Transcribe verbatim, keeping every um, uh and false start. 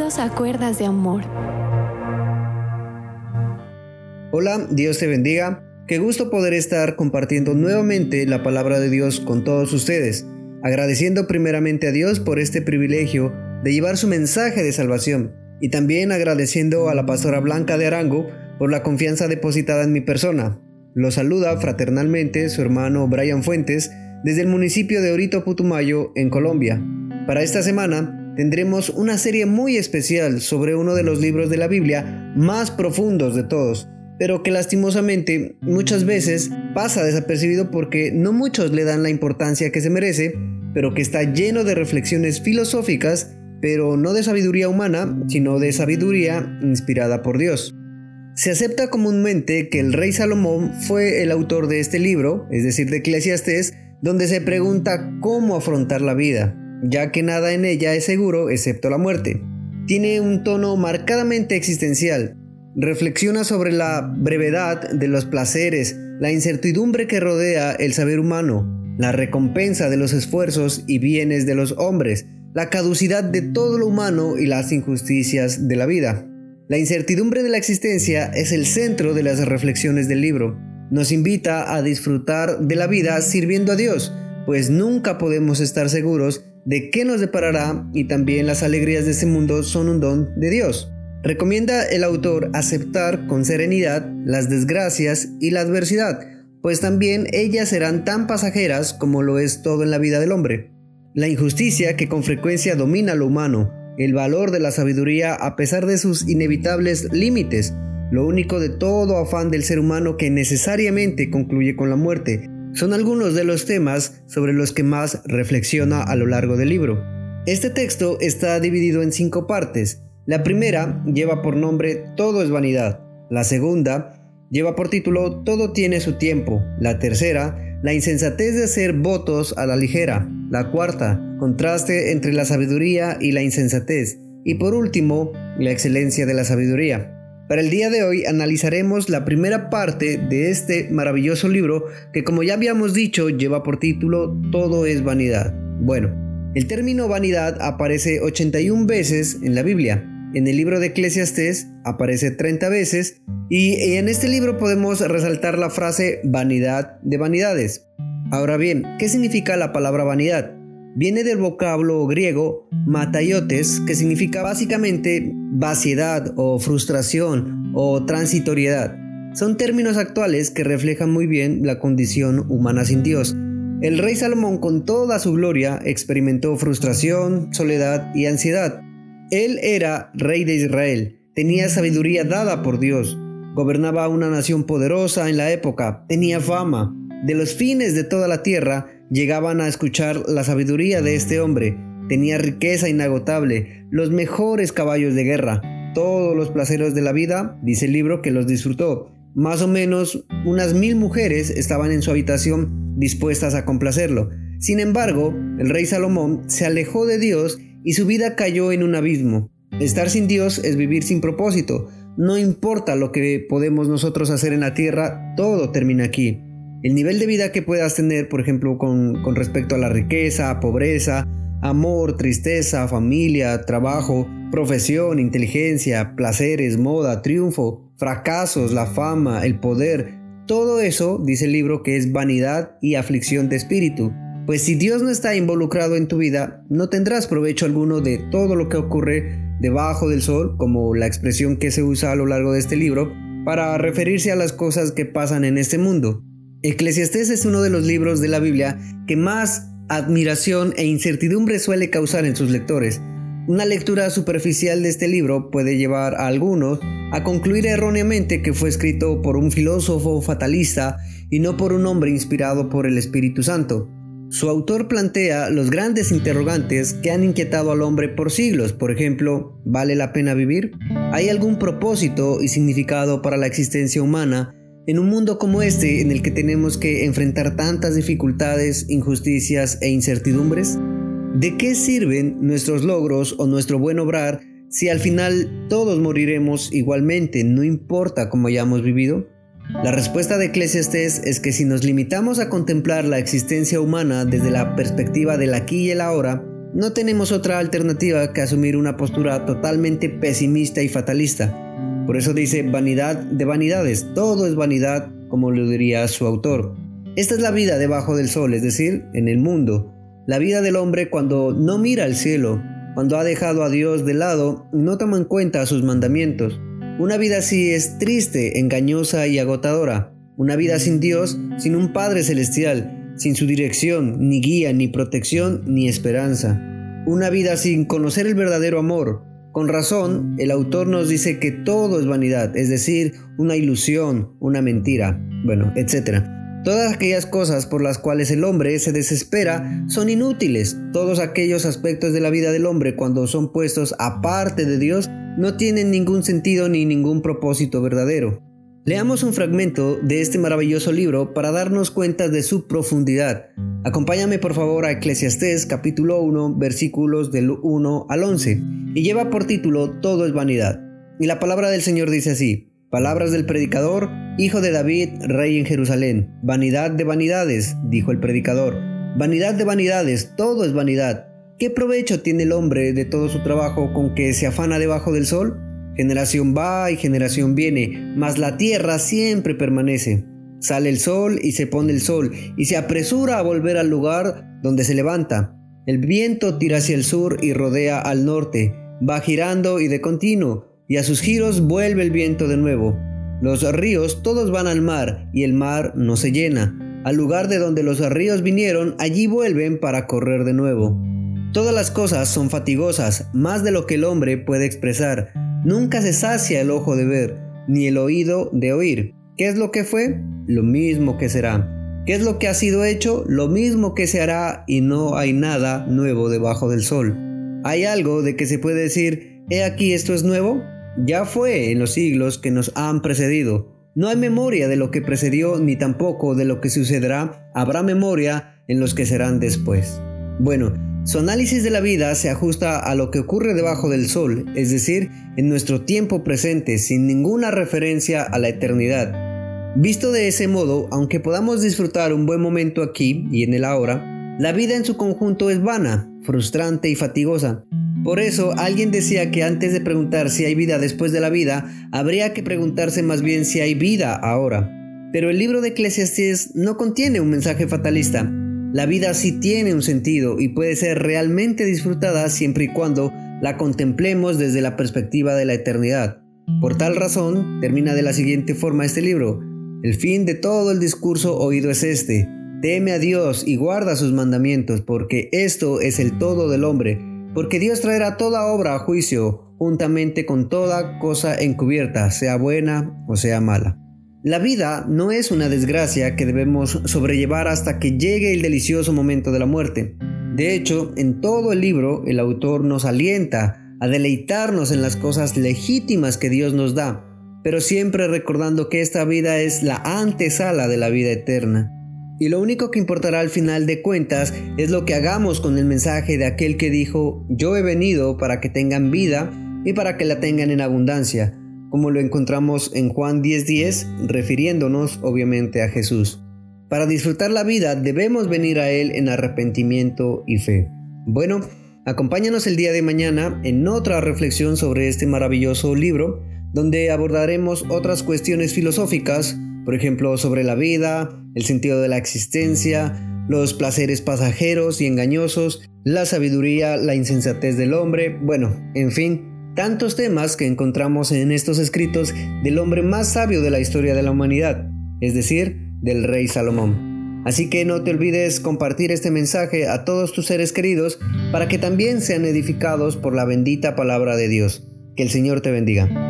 Dios a cuerdas de amor. Hola, Dios te bendiga. Qué gusto poder estar compartiendo nuevamente la palabra de Dios con todos ustedes, agradeciendo primeramente a Dios por este privilegio de llevar su mensaje de salvación y también agradeciendo a la pastora Blanca de Arango por la confianza depositada en mi persona. Los saluda fraternalmente su hermano Brian Fuentes desde el municipio de Orito Putumayo, en Colombia. Para esta semana tendremos una serie muy especial sobre uno de los libros de la Biblia más profundos de todos, pero que lastimosamente muchas veces pasa desapercibido porque no muchos le dan la importancia que se merece, pero que está lleno de reflexiones filosóficas, pero no de sabiduría humana, sino de sabiduría inspirada por Dios. Se acepta comúnmente que el rey Salomón fue el autor de este libro, es decir, de Eclesiastés, donde se pregunta cómo afrontar la vida, ya que nada en ella es seguro excepto la muerte. Tiene un tono marcadamente existencial. Reflexiona sobre la brevedad de los placeres, la incertidumbre que rodea el saber humano, la recompensa de los esfuerzos y bienes de los hombres, la caducidad de todo lo humano y las injusticias de la vida. La incertidumbre de la existencia es el centro de las reflexiones del libro. Nos invita a disfrutar de la vida sirviendo a Dios, pues nunca podemos estar seguros de qué nos deparará y también las alegrías de este mundo son un don de Dios. Recomienda el autor aceptar con serenidad las desgracias y la adversidad, pues también ellas serán tan pasajeras como lo es todo en la vida del hombre. La injusticia que con frecuencia domina lo humano, el valor de la sabiduría a pesar de sus inevitables límites, lo único de todo afán del ser humano que necesariamente concluye con la muerte, son algunos de los temas sobre los que más reflexiona a lo largo del libro. Este texto está dividido en cinco partes. La primera lleva por nombre Todo es vanidad. La segunda lleva por título Todo tiene su tiempo. La tercera, La insensatez de hacer votos a la ligera. La cuarta, Contraste entre la sabiduría y la insensatez. Y por último, La excelencia de la sabiduría. Para el día de hoy analizaremos la primera parte de este maravilloso libro que, como ya habíamos dicho, lleva por título Todo es vanidad. Bueno, el término vanidad aparece ochenta y una veces en la Biblia. En el libro de Eclesiastés aparece treinta veces y en este libro podemos resaltar la frase vanidad de vanidades. Ahora bien, ¿qué significa la palabra vanidad? Viene del vocablo griego mataiotes, que significa básicamente vaciedad o frustración o transitoriedad. Son términos actuales que reflejan muy bien la condición humana sin Dios. El rey Salomón, con toda su gloria, experimentó frustración, soledad y ansiedad. Él era rey de Israel, tenía sabiduría dada por Dios, gobernaba una nación poderosa en la época, tenía fama. De los fines de toda la tierra llegaban a escuchar la sabiduría de este hombre. Tenía riqueza inagotable, los mejores caballos de guerra, todos los placeres de la vida, dice el libro que los disfrutó. Más o menos unas mil mujeres estaban en su habitación dispuestas a complacerlo. Sin embargo, el rey Salomón se alejó de Dios y su vida cayó en un abismo. Estar sin Dios es vivir sin propósito. No importa lo que podemos nosotros hacer en la tierra, todo termina aquí. El nivel de vida que puedas tener, por ejemplo, con, con respecto a la riqueza, pobreza, amor, tristeza, familia, trabajo, profesión, inteligencia, placeres, moda, triunfo, fracasos, la fama, el poder, todo eso, dice el libro, que es vanidad y aflicción de espíritu. Pues si Dios no está involucrado en tu vida, no tendrás provecho alguno de todo lo que ocurre debajo del sol, como la expresión que se usa a lo largo de este libro, para referirse a las cosas que pasan en este mundo. Eclesiastés es uno de los libros de la Biblia que más admiración e incertidumbre suele causar en sus lectores. Una lectura superficial de este libro puede llevar a algunos a concluir erróneamente que fue escrito por un filósofo fatalista y no por un hombre inspirado por el Espíritu Santo. Su autor plantea los grandes interrogantes que han inquietado al hombre por siglos. Por ejemplo, ¿vale la pena vivir? ¿Hay algún propósito y significado para la existencia humana en un mundo como este en el que tenemos que enfrentar tantas dificultades, injusticias e incertidumbres? ¿De qué sirven nuestros logros o nuestro buen obrar si al final todos moriremos igualmente, no importa cómo hayamos vivido? La respuesta de Eclesiastés es que si nos limitamos a contemplar la existencia humana desde la perspectiva del aquí y el ahora, no tenemos otra alternativa que asumir una postura totalmente pesimista y fatalista. Por eso dice vanidad de vanidades, todo es vanidad, como lo diría su autor. Esta es la vida debajo del sol, es decir, en el mundo. La vida del hombre cuando no mira al cielo, cuando ha dejado a Dios de lado y no toma en cuenta sus mandamientos. Una vida así es triste, engañosa y agotadora. Una vida sin Dios, sin un Padre Celestial, sin su dirección, ni guía, ni protección, ni esperanza. Una vida sin conocer el verdadero amor. Con razón, el autor nos dice que todo es vanidad, es decir, una ilusión, una mentira, bueno, etcétera. Todas aquellas cosas por las cuales el hombre se desespera son inútiles. Todos aquellos aspectos de la vida del hombre, cuando son puestos aparte de Dios, no tienen ningún sentido ni ningún propósito verdadero. Leamos un fragmento de este maravilloso libro para darnos cuenta de su profundidad. Acompáñame por favor a Eclesiastés capítulo uno, versículos del uno al once, y lleva por título Todo es vanidad. Y la palabra del Señor dice así: palabras del predicador, hijo de David, rey en Jerusalén. Vanidad de vanidades, dijo el predicador. Vanidad de vanidades, todo es vanidad. ¿Qué provecho tiene el hombre de todo su trabajo con que se afana debajo del sol? Generación va y generación viene, mas la tierra siempre permanece. Sale el sol y se pone el sol, y se apresura a volver al lugar donde se levanta. El viento tira hacia el sur y rodea al norte, va girando y de continuo, y a sus giros vuelve el viento de nuevo. Los ríos todos van al mar, y el mar no se llena. Al lugar de donde los ríos vinieron, allí vuelven para correr de nuevo. Todas las cosas son fatigosas, más de lo que el hombre puede expresar. Nunca se sacia el ojo de ver, ni el oído de oír. ¿Qué es lo que fue? Lo mismo que será. ¿Qué es lo que ha sido hecho? Lo mismo que se hará, y no hay nada nuevo debajo del sol. ¿Hay algo de que se puede decir, he aquí esto es nuevo? Ya fue en los siglos que nos han precedido. No hay memoria de lo que precedió, ni tampoco de lo que sucederá. Habrá memoria en los que serán después. Bueno, su análisis de la vida se ajusta a lo que ocurre debajo del sol, es decir, en nuestro tiempo presente, sin ninguna referencia a la eternidad. Visto de ese modo, aunque podamos disfrutar un buen momento aquí y en el ahora, la vida en su conjunto es vana, frustrante y fatigosa. Por eso, alguien decía que antes de preguntar si hay vida después de la vida, habría que preguntarse más bien si hay vida ahora. Pero el libro de Eclesiastés no contiene un mensaje fatalista. La vida sí tiene un sentido y puede ser realmente disfrutada siempre y cuando la contemplemos desde la perspectiva de la eternidad. Por tal razón, termina de la siguiente forma este libro: el fin de todo el discurso oído es este: teme a Dios y guarda sus mandamientos, porque esto es el todo del hombre, porque Dios traerá toda obra a juicio, juntamente con toda cosa encubierta, sea buena o sea mala. La vida no es una desgracia que debemos sobrellevar hasta que llegue el delicioso momento de la muerte. De hecho, en todo el libro, el autor nos alienta a deleitarnos en las cosas legítimas que Dios nos da, pero siempre recordando que esta vida es la antesala de la vida eterna. Y lo único que importará al final de cuentas es lo que hagamos con el mensaje de aquel que dijo: yo he venido para que tengan vida y para que la tengan en abundancia, como lo encontramos en Juan diez diez, refiriéndonos obviamente a Jesús. Para disfrutar la vida debemos venir a Él en arrepentimiento y fe. Bueno, acompáñanos el día de mañana en otra reflexión sobre este maravilloso libro, donde abordaremos otras cuestiones filosóficas, por ejemplo sobre la vida, el sentido de la existencia, los placeres pasajeros y engañosos, la sabiduría, la insensatez del hombre, bueno, en fin, tantos temas que encontramos en estos escritos del hombre más sabio de la historia de la humanidad, es decir, del rey Salomón. Así que no te olvides compartir este mensaje a todos tus seres queridos para que también sean edificados por la bendita palabra de Dios. Que el Señor te bendiga.